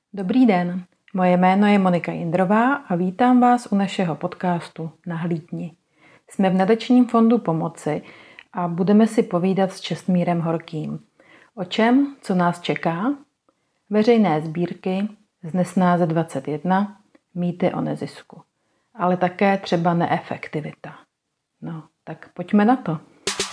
Dobrý den, moje jméno je Monika Jindrová a vítám vás u našeho podcastu Nahlídni. Jsme v Nadačním fondu Pomoci a budeme si povídat s Čestmírem Horkým. O čem, co nás čeká? Veřejné sbírky z Nesnáze 21, mýty o nezisku, ale také třeba neefektivita. No, tak pojďme na to.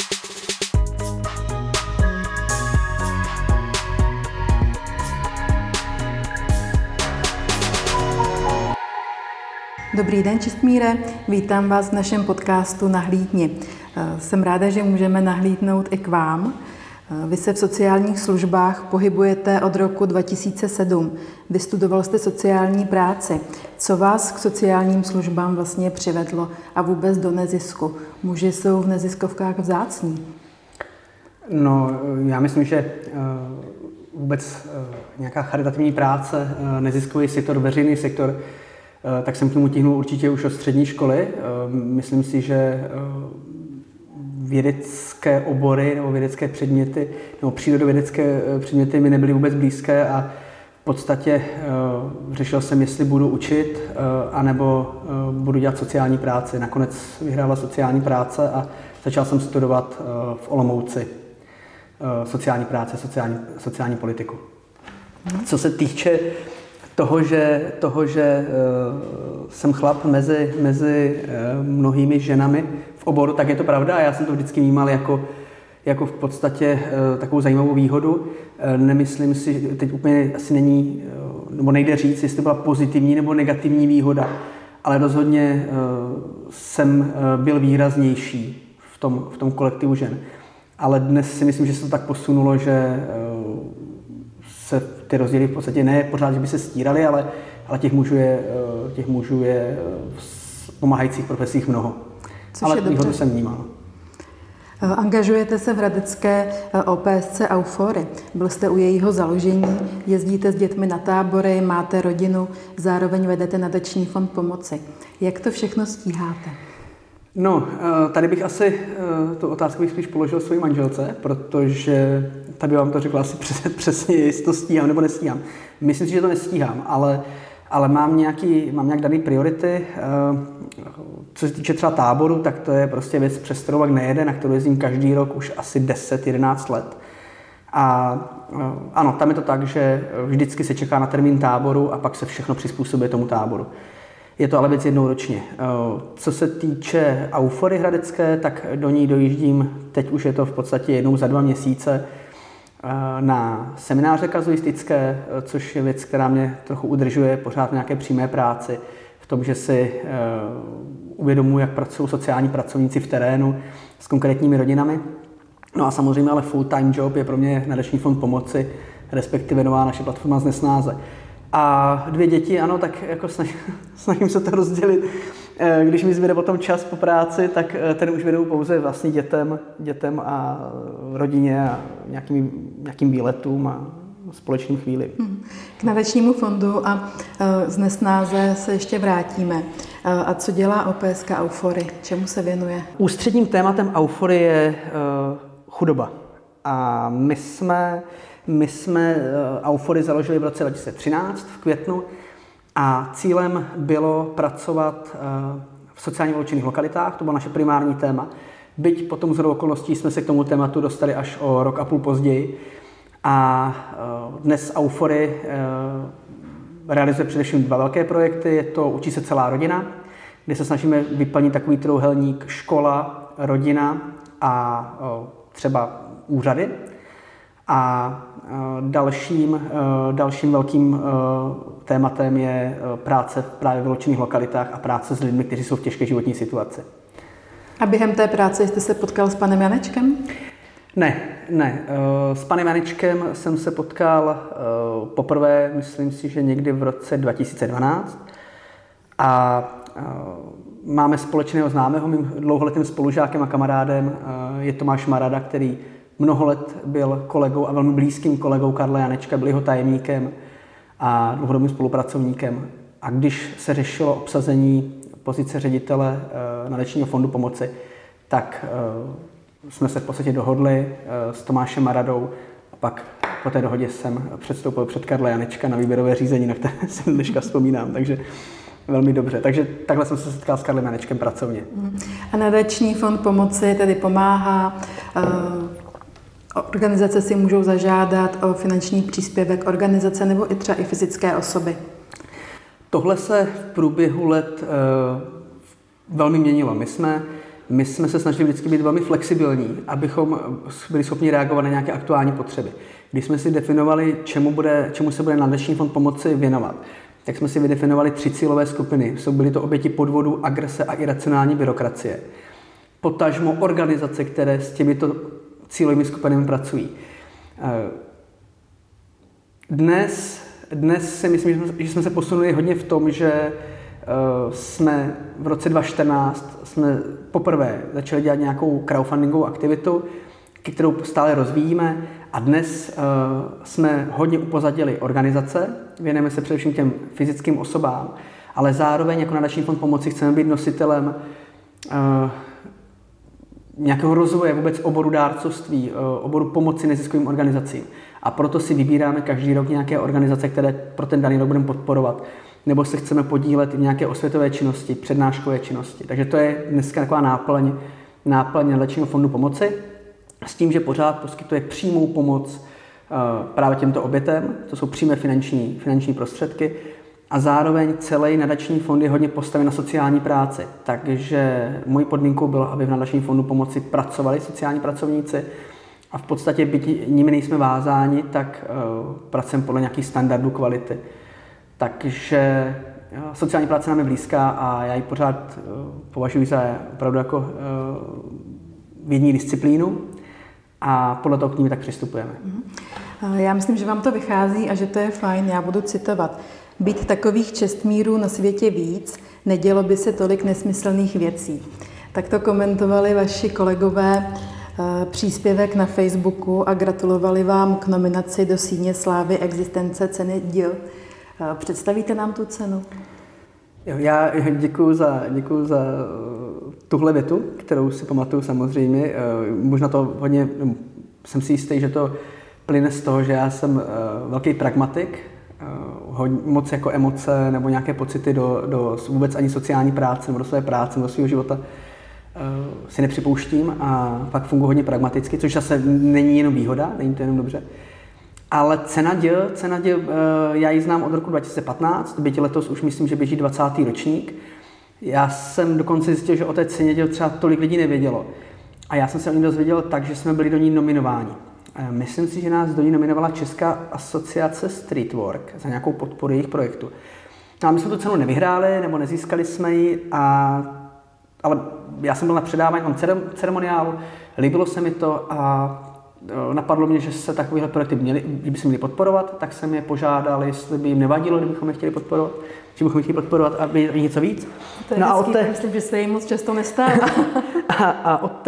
Dobrý den, Čestmíre, vítám vás v našem podcastu Nahlídni. Jsem ráda, že můžeme nahlídnout i k vám. Vy se v sociálních službách pohybujete od roku 2007. Vystudoval jste sociální práci. Co vás k sociálním službám vlastně přivedlo a vůbec do nezisku? Muži jsou v neziskovkách vzácní. No, já myslím, že vůbec nějaká charitativní práce, neziskový sektor, veřejný sektor, tak jsem k tomu tíhnul určitě už od střední školy. Myslím si, že vědecké obory nebo vědecké předměty nebo přírodovědecké předměty mi nebyly vůbec blízké a v podstatě řešil jsem, jestli budu učit anebo budu dělat sociální práci. Nakonec vyhrála sociální práce a začal jsem studovat v Olomouci sociální práce, sociální politiku. Co se týče toho, že jsem chlap mezi mnohými ženami v oboru, tak je to pravda a já jsem to vždycky vnímal jako v podstatě takovou zajímavou výhodu. Nemyslím si, teď úplně asi není, nebo nejde říct, jestli to byla pozitivní nebo negativní výhoda, ale rozhodně jsem byl výraznější v tom kolektivu žen. Ale dnes si myslím, že se to tak posunulo, že se ty rozdíly v podstatě ne pořád, že by se stírali, ale těch mužů je v pomáhajících profesích mnoho. Což ale výhodu jsem vnímal. Angažujete se v hradecké OPSC Aufory. Byl jste u jejího založení, jezdíte s dětmi na tábory, máte rodinu, zároveň vedete Nadační fond Pomoci. Jak to všechno stíháte? No, tady bych asi tu otázku spíš položil své manželce, protože ta by vám to řekla asi přesně, jestli to stíhám nebo nestíhám. Myslím si, že to nestíhám, ale mám nějak dané priority. Co se týče třeba táboru, tak to je prostě věc, přes kterou nejede, na kterou jezdím každý rok už asi 10-11 let. A ano, tam je to tak, že vždycky se čeká na termín táboru a pak se všechno přizpůsobuje tomu táboru. Je to ale věc jednou ročně. Co se týče Aufory hradecké, tak do ní dojíždím, teď už je to v podstatě jednou za 2 měsíce, na semináře kazuistické, což je věc, která mě trochu udržuje pořád v nějaké přímé práci, v tom, že si uvědomuji, jak pracují sociální pracovníci v terénu s konkrétními rodinami. No a samozřejmě ale full-time job je pro mě Nadační fond Pomoci, respektive nová naše platforma z Nesnáze. A 2 děti, ano, tak jako snažím se to rozdělit. Když mi zbyde potom čas po práci, tak ten už věnuju pouze vlastně dětem a rodině a nějakým výletům a společným chvíli. K Nadačnímu fondu a z Nesnáze se ještě vrátíme. A co dělá OPSK Aufory? Čemu se věnuje? Ústředním tématem Aufory je chudoba. A my jsme Aufory založili v roce 2013 v květnu a cílem bylo pracovat v sociálně vyloučených lokalitách, to bylo naše primární téma. Byť potom shodou okolností jsme se k tomu tématu dostali až o rok a půl později. A dnes Aufory realizuje především 2 velké projekty. Je to Učí se celá rodina, kde se snažíme vyplnit takový trojúhelník škola, rodina a třeba úřady. A dalším velkým tématem je práce v právě vyloučených lokalitách a práce s lidmi, kteří jsou v těžké životní situaci. A během té práce jste se potkal s panem Janečkem? Ne. S panem Janečkem jsem se potkal poprvé, myslím si, že někdy v roce 2012. A máme společného známého, mým dlouholetým spolužákem a kamarádem je Tomáš Marada, který mnoho let byl kolegou a velmi blízkým kolegou Karla Janečka, byl jeho tajemníkem a dlouhodobým spolupracovníkem. A když se řešilo obsazení pozice ředitele Nadačního fondu Pomoci, tak jsme se v podstatě dohodli s Tomášem Maradou pak po té dohodě jsem předstoupil před Karla Janečka na výběrové řízení, na které si dneška vzpomínám, takže velmi dobře. Takže takhle jsem se setkal s Karlem Janečkem pracovně. A nadační fond pomoci tedy pomáhá. Organizace si můžou zažádat o finanční příspěvek organizace nebo i třeba i fyzické osoby. Tohle se v průběhu let velmi měnilo. My jsme se snažili vždycky být velmi flexibilní, abychom byli schopni reagovat na nějaké aktuální potřeby. Když jsme si definovali, čemu se bude nadační fond pomoci věnovat, tak jsme si vydefinovali 3 cílové skupiny. Byly to oběti podvodu, agrese a iracionální byrokracie. Potažmo organizace, které s těmito cílovými skupinami pracují. Dnes si myslím, že jsme se posunuli hodně v tom, že jsme v roce 2014 jsme poprvé začali dělat nějakou crowdfundingovou aktivitu, kterou stále rozvíjíme, a dnes jsme hodně upozadili organizace, věnujeme se především těm fyzickým osobám, ale zároveň jako nadační fond pomoci chceme být nositelem nějakého rozvoje vůbec oboru dárcovství, oboru pomoci neziskovým organizacím. A proto si vybíráme každý rok nějaké organizace, které pro ten daný rok budeme podporovat, nebo se chceme podílet v nějaké osvětové činnosti, přednáškové činnosti. Takže to je dneska taková náplň nadačního fondu pomoci, s tím, že pořád poskytuje přímou pomoc právě těmto obětem, to jsou přímé finanční prostředky, a zároveň celý nadační fond je hodně postaven na sociální práci. Takže mojí podmínkou bylo, aby v nadačním fondu pomoci pracovali sociální pracovníci, a v podstatě, byť nimi nejsme vázáni, tak pracujeme podle nějakých standardů kvality. Takže sociální práce nám je blízká a já ji pořád považuji za opravdu jako vědní disciplínu a podle toho k ní tak přistupujeme. Já myslím, že vám to vychází a že to je fajn. Já budu citovat. Být takových čestmírů na světě víc, nedělo by se tolik nesmyslných věcí. Tak to komentovali vaši kolegové příspěvek na Facebooku a gratulovali vám k nominaci do Síně slávy existence ceny DIL. Představíte nám tu cenu? Já děkuju za tuhle větu, kterou si pamatuju samozřejmě. Možná to hodně, jsem si jistý, že to plyne z toho, že já jsem velký pragmatik, moc jako emoce nebo nějaké pocity do vůbec ani sociální práce nebo do své práce, do svého života si nepřipouštím a pak funguji hodně pragmaticky, což zase není jenom výhoda, není to jenom dobře. Ale cena DIL, já ji znám od roku 2015, byť letos už myslím, že běží 20. ročník. Já jsem dokonce zjistil, že o té ceně DIL třeba tolik lidí nevědělo. A já jsem se o ní dozvěděl tak, že jsme byli do ní nominováni. Myslím si, že nás do ní nominovala Česká asociace Streetwork za nějakou podporu jejich projektu. A my jsme tu cenu nevyhráli, nebo nezískali jsme ji, ale já jsem byl na předávání ceremoniálu, líbilo se mi to a napadlo mě, že se takovéhle projekty by se měli podporovat, tak jsem je požádal, jestli by jim nevadilo, kdybychom je chtěli podporovat, a vědět něco víc. To je hezký, myslím, že se jim moc často nestává. a od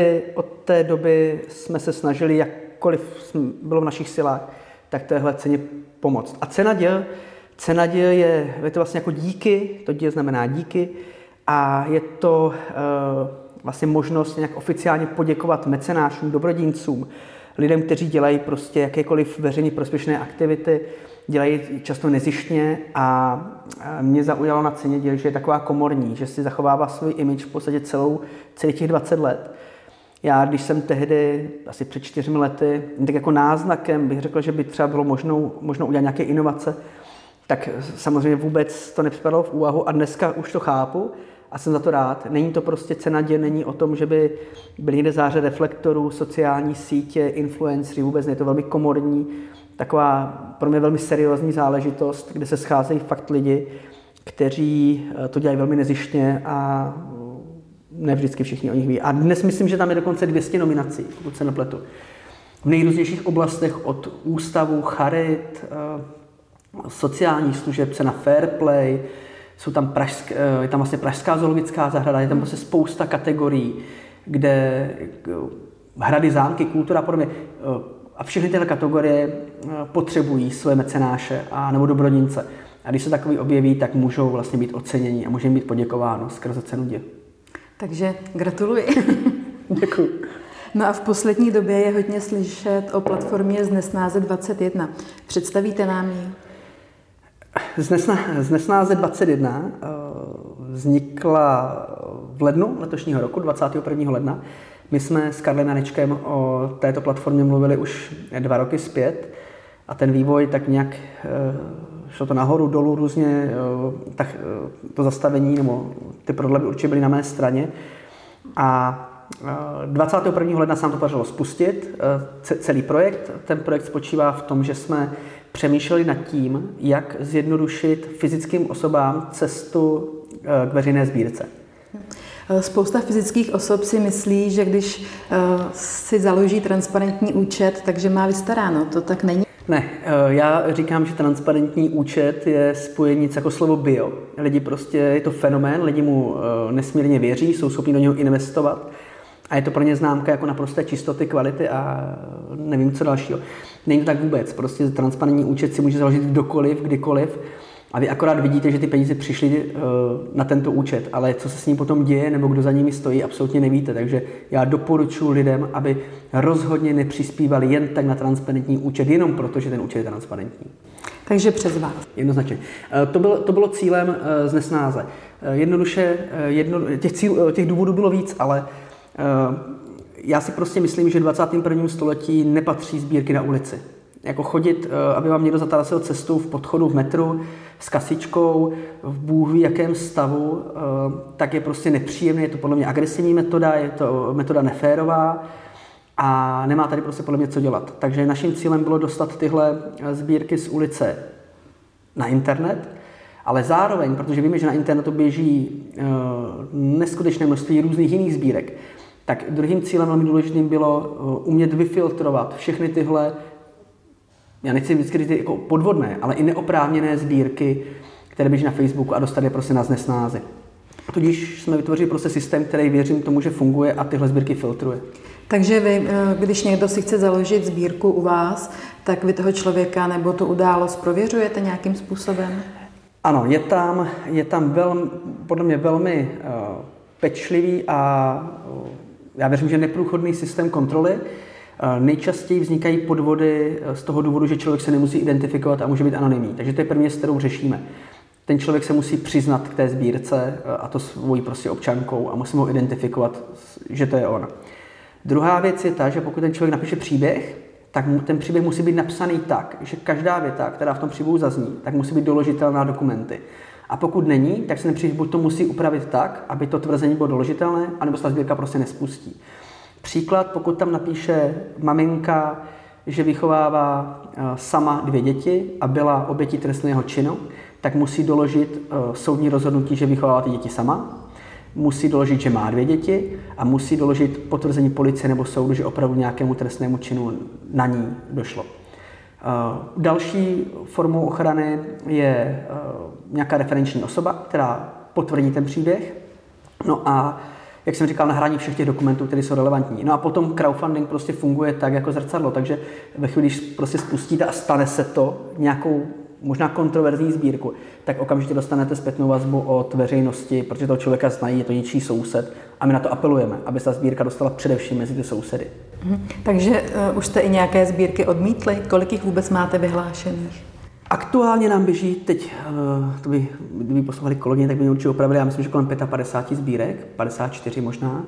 té doby jsme se snažili, jakkoliv bylo v našich silách, tak téhle ceně pomoct. A cena DIL je to vlastně jako díky, to DIL znamená díky, a je to vlastně možnost nějak oficiálně poděkovat mecenášům, dobrodincům, lidem, kteří dělají prostě jakékoliv veřejně prospěšné aktivity, dělají často nezištně, a mě zaujalo na ceně DIL, že je taková komorní, že si zachovává svůj image v podstatě celých těch 20 let. Já, když jsem tehdy, asi před 4 lety, tak jako náznakem bych řekl, že by třeba bylo možno udělat nějaké inovace, tak samozřejmě vůbec to nepřipadalo v úvahu a dneska už to chápu a jsem za to rád. Není to prostě cena DIL, není o tom, že by byly někde záře reflektorů, sociální sítě, influencery, vůbec ne, je to velmi komorní, taková pro mě velmi seriózní záležitost, kde se scházejí fakt lidi, kteří to dělají velmi nezištně a ne vždycky všichni o nich ví. A dnes myslím, že tam je dokonce 200 nominací, pokud se nepletu. V nejrůznějších oblastech od ústavu, charit, sociálních služeb, cena Fair Play, je tam vlastně Pražská zoologická zahrada, je tam vlastně spousta kategorií, kde hrady, zámky, kultura a podobně. A všechny tyhle kategorie potřebují své mecenáše nebo dobrodince. A když se takový objeví, tak můžou vlastně být oceněni a může jim být poděkováno skrze cenu DIL. Takže gratuluji. Děkuji. No a v poslední době je hodně slyšet o platformě Znesnáze 21. Představíte nám ji? Znesnáze 21 vznikla v lednu letošního roku, 21. ledna. My jsme s Karlem Janečkem o této platformě mluvili už 2 roky zpět a ten vývoj tak nějak šlo to nahoru, dolů různě, tak to zastavení nebo ty prodlevy určitě byly na mé straně. A 21. ledna se nám to podařilo spustit, celý projekt. Ten projekt spočívá v tom, že jsme přemýšleli nad tím, jak zjednodušit fyzickým osobám cestu k veřejné sbírce. Spousta fyzických osob si myslí, že když si založí transparentní účet, takže má vystaráno. To tak není? Ne, já říkám, že transparentní účet je spojenic jako slovo bio. Lidi prostě, je to fenomén, lidi mu nesmírně věří, jsou schopni do něho investovat a je to pro ně známka jako naprosté čistoty, kvality a nevím co dalšího. Není to tak vůbec, prostě transparentní účet si může založit kdokoliv, kdykoliv a vy akorát vidíte, že ty peníze přišly na tento účet, ale co se s ním potom děje nebo kdo za nimi stojí, absolutně nevíte. Takže já doporučuji lidem, aby rozhodně nepřispívali jen tak na transparentní účet, jenom proto, že ten účet je transparentní. Takže přes vás. Jednoznačně. To bylo cílem Znesnáze. Jednoduše, těch důvodů bylo víc, ale já si prostě myslím, že v 21. století nepatří sbírky na ulici. Jako chodit, aby vám někdo zatáhl cestu v podchodu v metru s kasičkou, v bůh ví jakém stavu, tak je prostě nepříjemné, je to podle mě agresivní metoda, je to metoda neférová a nemá tady prostě podle mě co dělat. Takže naším cílem bylo dostat tyhle sbírky z ulice na internet, ale zároveň, protože víme, že na internetu běží neskutečné množství různých jiných sbírek, tak druhým cílem velmi důležitým bylo umět vyfiltrovat všechny tyhle, já nechci vždycky říct jako podvodné, ale i neoprávněné sbírky, které běží na Facebooku a dostat je prostě na Znesnázi. Tudíž jsme vytvořili prostě systém, který věřím tomu, že funguje a tyhle sbírky filtruje. Takže vy, když někdo si chce založit sbírku u vás, tak vy toho člověka nebo tu událost prověřujete nějakým způsobem? Ano, je tam podle mě velmi pečlivý a já věřím, že neprůchodný systém kontroly. Nejčastěji vznikají podvody z toho důvodu, že člověk se nemusí identifikovat a může být anonymní. Takže to je první věc, kterou řešíme. Ten člověk se musí přiznat k té sbírce a to svojí prostě občankou a musíme ho identifikovat, že to je on. Druhá věc je ta, že pokud ten člověk napíše příběh, tak ten příběh musí být napsaný tak, že každá věta, která v tom příběhu zazní, tak musí být doložitelná dokumenty. A pokud není, tak se ten příběh buď to musí upravit tak, aby to tvrzení bylo doložitelné, anebo se ta sbírka prostě nespustí. Příklad, pokud tam napíše maminka, že vychovává sama 2 děti a byla obětí trestného činu, tak musí doložit soudní rozhodnutí, že vychovává ty děti sama, musí doložit, že má 2 děti a musí doložit potvrzení policie nebo soudu, že opravdu nějakému trestnému činu na ní došlo. Další formou ochrany je nějaká referenční osoba, která potvrdí ten příběh. No a jak jsem říkal, nahrání všech těch dokumentů, které jsou relevantní. No a potom crowdfunding prostě funguje tak jako zrcadlo, takže ve chvíli, když prostě spustíte a stane se to nějakou možná kontroverzní sbírku, tak okamžitě dostanete zpětnou vazbu od veřejnosti, protože toho člověka znají, je to něčí soused a my na to apelujeme, aby se ta sbírka dostala především mezi ty sousedy. Takže už jste i nějaké sbírky odmítli? Kolik jich vůbec máte vyhlášených? Aktuálně nám běží teď, kdyby poslouchali kolegyně, tak by mě určitě opravili, já myslím, že kolem 55 sbírek, 54 možná,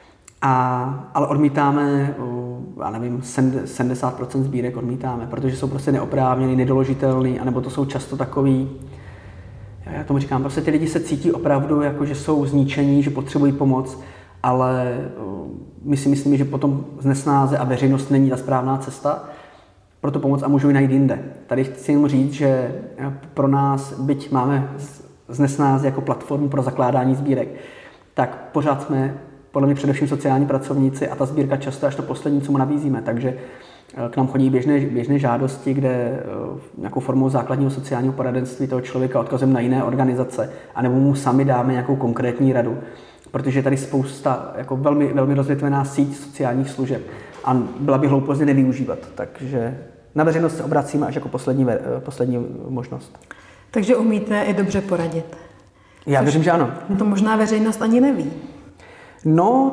ale odmítáme, já nevím, 70% sbírek odmítáme, protože jsou prostě neoprávněný, nedoložitelný, anebo to jsou často takový, já tomu říkám, prostě ty lidi se cítí opravdu, jako že jsou zničení, že potřebují pomoc, ale my si myslíme, že potom Znesnáze a veřejnost není ta správná cesta pro tu pomoc a můžou ji najít jinde. Tady chci jenom říct, že pro nás, byť máme Znesnáze jako platformu pro zakládání sbírek, tak pořád jsme podle mě především sociální pracovníci a ta sbírka často až to poslední, co mu nabízíme. Takže k nám chodí běžné žádosti, kde nějakou formou základního sociálního poradenství toho člověka odkazujeme na jiné organizace, anebo mu sami dáme nějakou konkrétní radu. Protože je tady spousta, jako velmi, velmi rozvětvená síť sociálních služeb a byla by hloupost je nevyužívat. Takže na veřejnost se obracíme až jako poslední možnost. Takže umíte i dobře poradit. Já věřím, že ano. To možná veřejnost ani neví. No,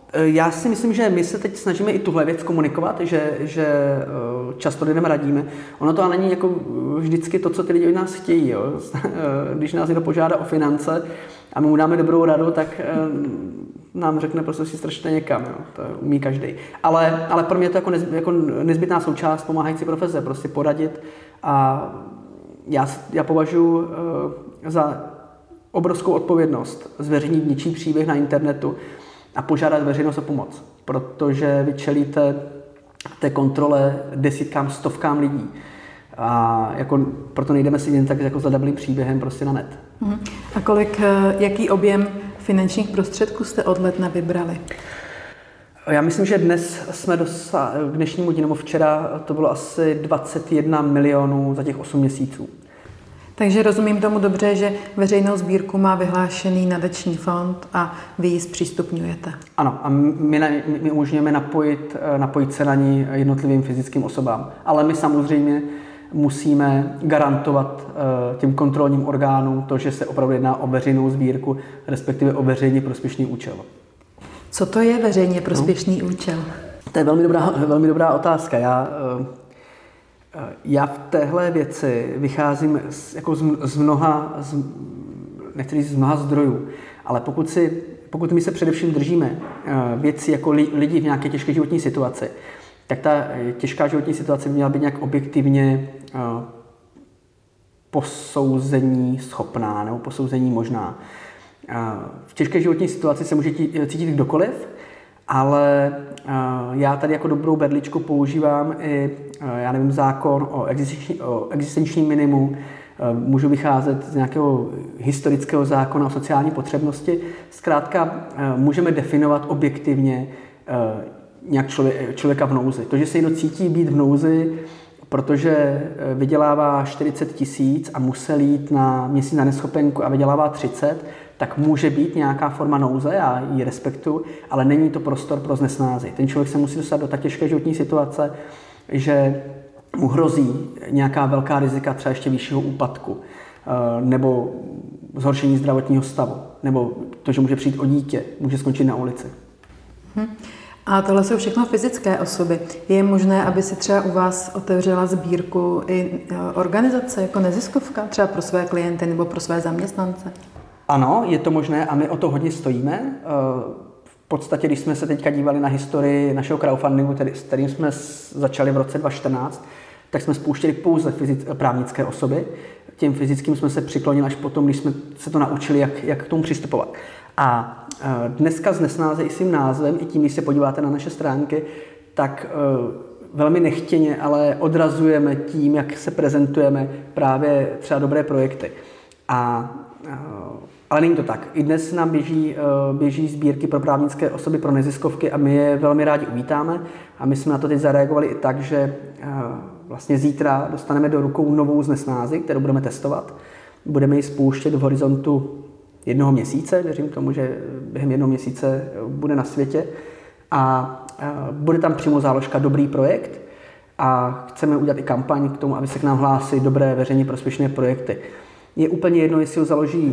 Já si myslím, že my se teď snažíme i tuhle věc komunikovat, že často lidem radíme. Ono to ale není jako vždycky to, co ty lidi od nás chtějí. Jo. Když nás někdo požádá o finance a my mu dáme dobrou radu, tak nám řekne, prostě si strčte někam. Jo. To umí každý. Ale pro mě je to jako nezbytná součást pomáhající profese, prostě poradit. A já považuji za obrovskou odpovědnost zveřejnit něčí příběh na internetu a požádat veřejnost o pomoc, protože vy čelíte té kontrole desítkám, stovkám lidí. A jako, proto nejdeme si jen tak jako za dablým příběhem prostě na net. A jaký objem finančních prostředků jste od ledna vybrali? Já myslím, že dnes jsme k dnešnímu dní, nebo včera to bylo asi 21 milionů za těch 8 měsíců. Takže rozumím tomu dobře, že veřejnou sbírku má vyhlášený nadační fond a vy ji zpřístupňujete. Ano, a my umožňujeme napojit se na ní jednotlivým fyzickým osobám. Ale my samozřejmě musíme garantovat těm kontrolním orgánům to, že se opravdu jedná o veřejnou sbírku, respektive o veřejně prospěšný účel. Co to je veřejně prospěšný účel? To je velmi dobrá otázka. Já v téhle věci vycházím z mnoha zdrojů, ale pokud my se především držíme věci jako lidi v nějaké těžké životní situaci, tak ta těžká životní situace by měla být nějak objektivně posouzení schopná nebo posouzení možná. V těžké životní situaci se může cítit kdokoliv, ale já tady jako dobrou berličku používám i, zákon o existenčním minimu, můžu vycházet z nějakého historického zákona o sociální potřebnosti. Zkrátka můžeme definovat objektivně nějak člověka v nouzi. To, že se někdo cítí být v nouzi, protože vydělává 40 000 a musel jít na měsíc na neschopenku a vydělává 30, tak může být nějaká forma nouze, já ji respektuju, ale není to prostor pro znesnázi. Ten člověk se musí dostat do tak těžké životní situace, že mu hrozí nějaká velká rizika, třeba ještě vyššího úpadku, nebo zhoršení zdravotního stavu, nebo to, že může přijít o dítě, může skončit na ulici. A tohle jsou všechno fyzické osoby. Je možné, aby si třeba u vás otevřela sbírku i organizace jako neziskovka, třeba pro své klienty nebo pro své zaměstnance? Ano, je to možné a my o to hodně stojíme. V podstatě, když jsme se teďka dívali na historii našeho crowdfundingu, s kterým jsme začali v roce 2014, tak jsme spouštěli pouze právnické osoby. Těm fyzickým jsme se přiklonili až potom, když jsme se to naučili, jak k tomu přistupovat. A dneska s nesnáze i svým názvem, i tím, když se podíváte na naše stránky, tak velmi nechtěně, ale odrazujeme tím, jak se prezentujeme právě třeba dobré projekty. Ale není to tak. I dnes nám běží sbírky pro právnické osoby, pro neziskovky a my je velmi rádi uvítáme. A my jsme na to teď zareagovali i tak, že vlastně zítra dostaneme do rukou novou z nesnázy, kterou budeme testovat. Budeme ji spouštět v horizontu 1 měsíce, věřím tomu, že během 1 měsíce bude na světě. A bude tam přímo záložka dobrý projekt a chceme udělat i kampaň k tomu, aby se k nám hlásily dobré veřejně prospěšné projekty. Je úplně jedno, jestli ho založí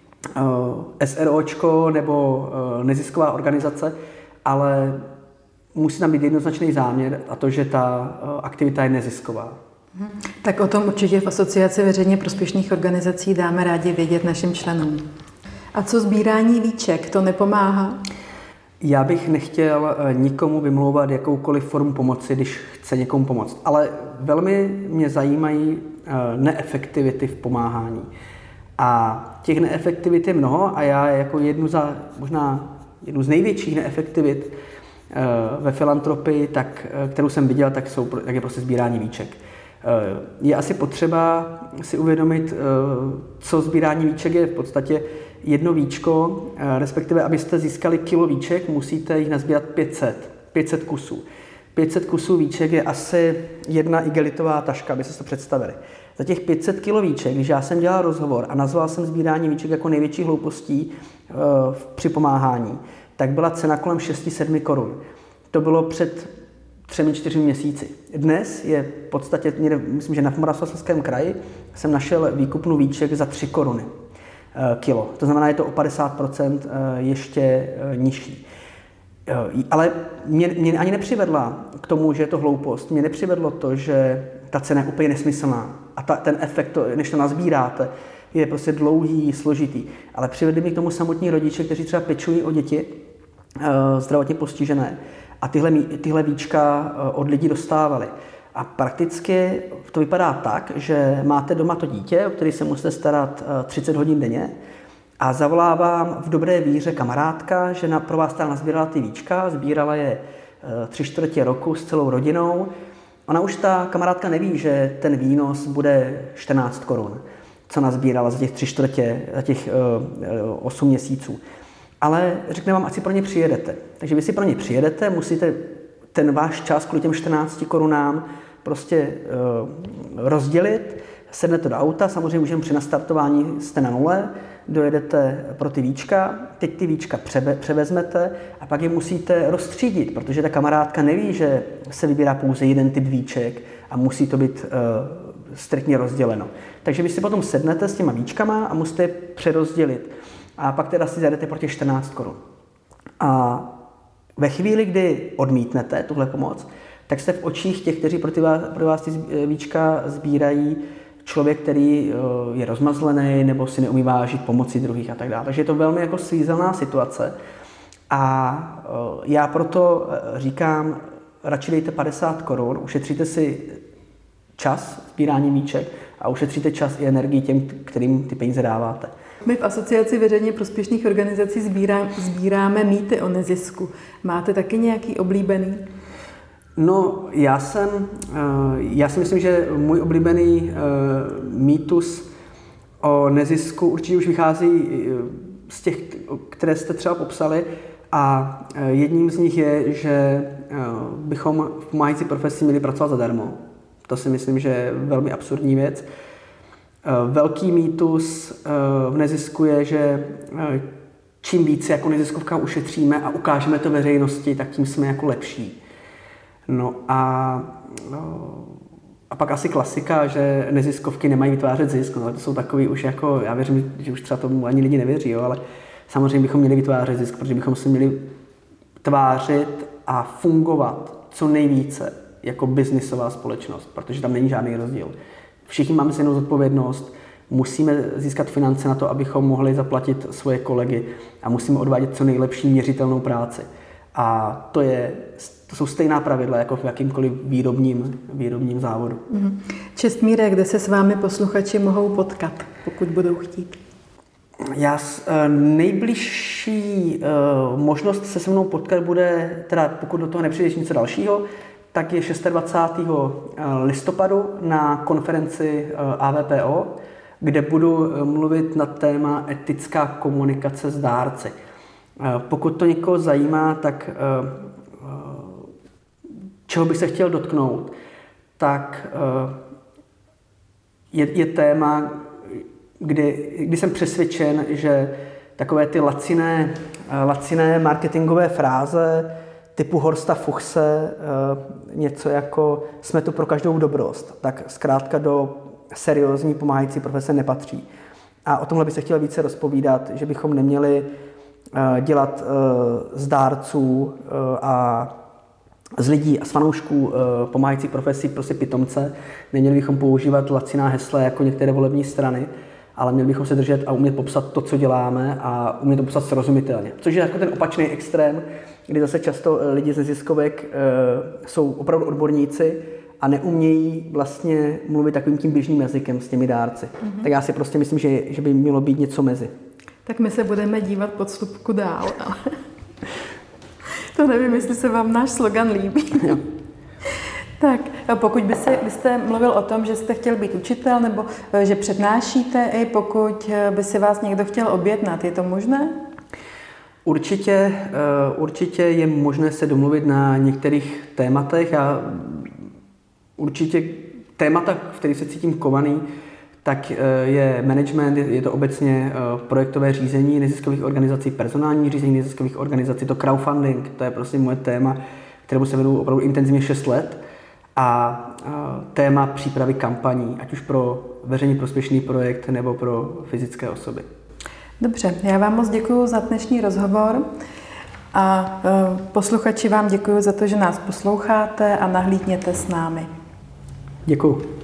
SROčko nebo nezisková organizace, ale musí tam být jednoznačný záměr a to, že ta aktivita je nezisková. Tak o tom určitě v Asociaci veřejně prospěšných organizací dáme rádi vědět našim členům. A co sbírání víček, to nepomáhá? Já bych nechtěl nikomu vymlouvat jakoukoliv formu pomoci, když chce někomu pomoct, ale velmi mě zajímají neefektivity v pomáhání. A těch neefektivit je mnoho a já jako jednu z největších neefektivit ve filantropii, kterou jsem viděl, tak je prostě sbírání víček. Je asi potřeba si uvědomit, co sbírání víček je. V podstatě jedno víčko, respektive abyste získali kilo víček, musíte jich nazbírat 500 kusů. 500 kusů víček je asi 1 igelitová taška, aby si to představili. Za těch 500 kilo víček, když já jsem dělal rozhovor a nazval jsem sbírání víček jako největší hloupostí při pomáhání, tak byla cena kolem 6-7 korun. To bylo před 3-4 měsíci. Dnes je v podstatě, myslím, že na Moravskoslezském kraji jsem našel výkupnu víček za 3 koruny kilo. To znamená, je to o 50% ještě nižší. Ale mě ani nepřivedla k tomu, že je to hloupost. Mě nepřivedlo to, že ta cena je úplně nesmyslná a ten efekt, než to nazbíráte, je prostě dlouhý, složitý. Ale přivedli mi k tomu samotní rodiče, kteří třeba pečují o děti zdravotně postižené a tyhle víčka od lidí dostávali. A prakticky to vypadá tak, že máte doma to dítě, o který se musíte starat 30 hodin denně, a zavolá vám v dobré víře kamarádka, že pro vás tam nazbírala ty víčka, sbírala je 3/4 roku s celou rodinou. Ona už ta kamarádka neví, že ten výnos bude 14 korun, co nazbírala za těch 3/4, za těch 8 měsíců. Ale řekne vám, ať si pro ně přijedete. Takže vy si pro ně přijedete, musíte ten váš čas kvůli těm 14 korunám prostě rozdělit, sednete do auta, samozřejmě už jen při nastartování jste na nule, dojedete pro ty víčka, teď ty víčka převezmete a pak je musíte rozstřídit, protože ta kamarádka neví, že se vybírá pouze jeden typ víček a musí to být striktně rozděleno. Takže vy si potom sednete s těma víčkama a musíte je přerozdělit. A pak teda si zajdete pro těch 14 korun. A ve chvíli, kdy odmítnete tuhle pomoc, tak jste v očích těch, kteří pro vás ty víčka sbírají, člověk, který je rozmazlený nebo si neumí vážit pomoci druhých a tak dále. Takže je to velmi jako svízelná situace. A já proto říkám, radši dejte 50 korun, ušetříte si čas sbírání víček a ušetříte čas i energii těm, kterým ty peníze dáváte. My v Asociaci veřejně prospěšných organizací sbíráme mýty o nezisku. Máte taky nějaký oblíbený? No, já si myslím, že můj oblíbený mýtus o nezisku určitě už vychází z těch, které jste třeba popsali, a jedním z nich je, že bychom v pomáhající profesi měli pracovat zadarmo. To si myslím, že je velmi absurdní věc. Velký mýtus v nezisku je, že čím více jako neziskovka ušetříme a ukážeme to veřejnosti, tak tím jsme jako lepší. No a pak asi klasika, že neziskovky nemají vytvářet zisk. No, to jsou takový už jako, já věřím, že už třeba tomu ani lidi nevěří, jo, ale samozřejmě bychom měli vytvářet zisk, protože bychom se měli tvářit a fungovat co nejvíce jako biznisová společnost, protože tam není žádný rozdíl. Všichni máme stejnou zodpovědnost, musíme získat finance na to, abychom mohli zaplatit svoje kolegy a musíme odvádět co nejlepší měřitelnou práci. A to jsou stejná pravidla jako v jakýmkoliv výrobním závodu. Čestmíre, kde se s vámi posluchači mohou potkat, pokud budou chtít? Nejbližší možnost se mnou potkat bude, teda pokud do toho nepřijdeš něco dalšího, tak je 26. listopadu na konferenci AVPO, kde budu mluvit na téma etická komunikace s dárci. Pokud to někoho zajímá, tak čeho bych se chtěl dotknout, tak je téma, kdy jsem přesvědčen, že takové ty laciné marketingové fráze typu Horsta Fuchse, něco jako jsme tu pro každou dobrost, tak zkrátka do seriózní pomáhající profese nepatří. A o tomhle bych se chtěl více rozpovídat, že bychom neměli dělat z dárců a z lidí a z fanoušků pomáhající profesí prostě pitomce. Neměli bychom používat laciná hesla jako některé volební strany, ale měli bychom se držet a umět popsat to, co děláme, a umět to popsat srozumitelně. Což je jako ten opačný extrém, kdy zase často lidi z neziskovek jsou opravdu odborníci a neumějí vlastně mluvit takovým tím běžným jazykem s těmi dárci. Tak já si prostě myslím, že by mělo být něco mezi. Tak my se budeme dívat pod slupku dál, ale to nevím, jestli se vám náš slogan líbí. Jo. Tak, pokud byste mluvil o tom, že jste chtěl být učitel, nebo že přednášíte, i pokud by si vás někdo chtěl objednat, je to možné? Určitě je možné se domluvit na některých tématech a určitě témata, v kterých se cítím kovaný, tak je management, je to obecně projektové řízení neziskových organizací, personální řízení neziskových organizací, to crowdfunding, to je prostě moje téma, kterému se věnuju opravdu intenzivně 6 let, a téma přípravy kampaní, ať už pro veřejně prospěšný projekt nebo pro fyzické osoby. Dobře, já vám moc děkuji za dnešní rozhovor A posluchači vám děkuji za to, že nás posloucháte a nahlídněte s námi. Děkuji.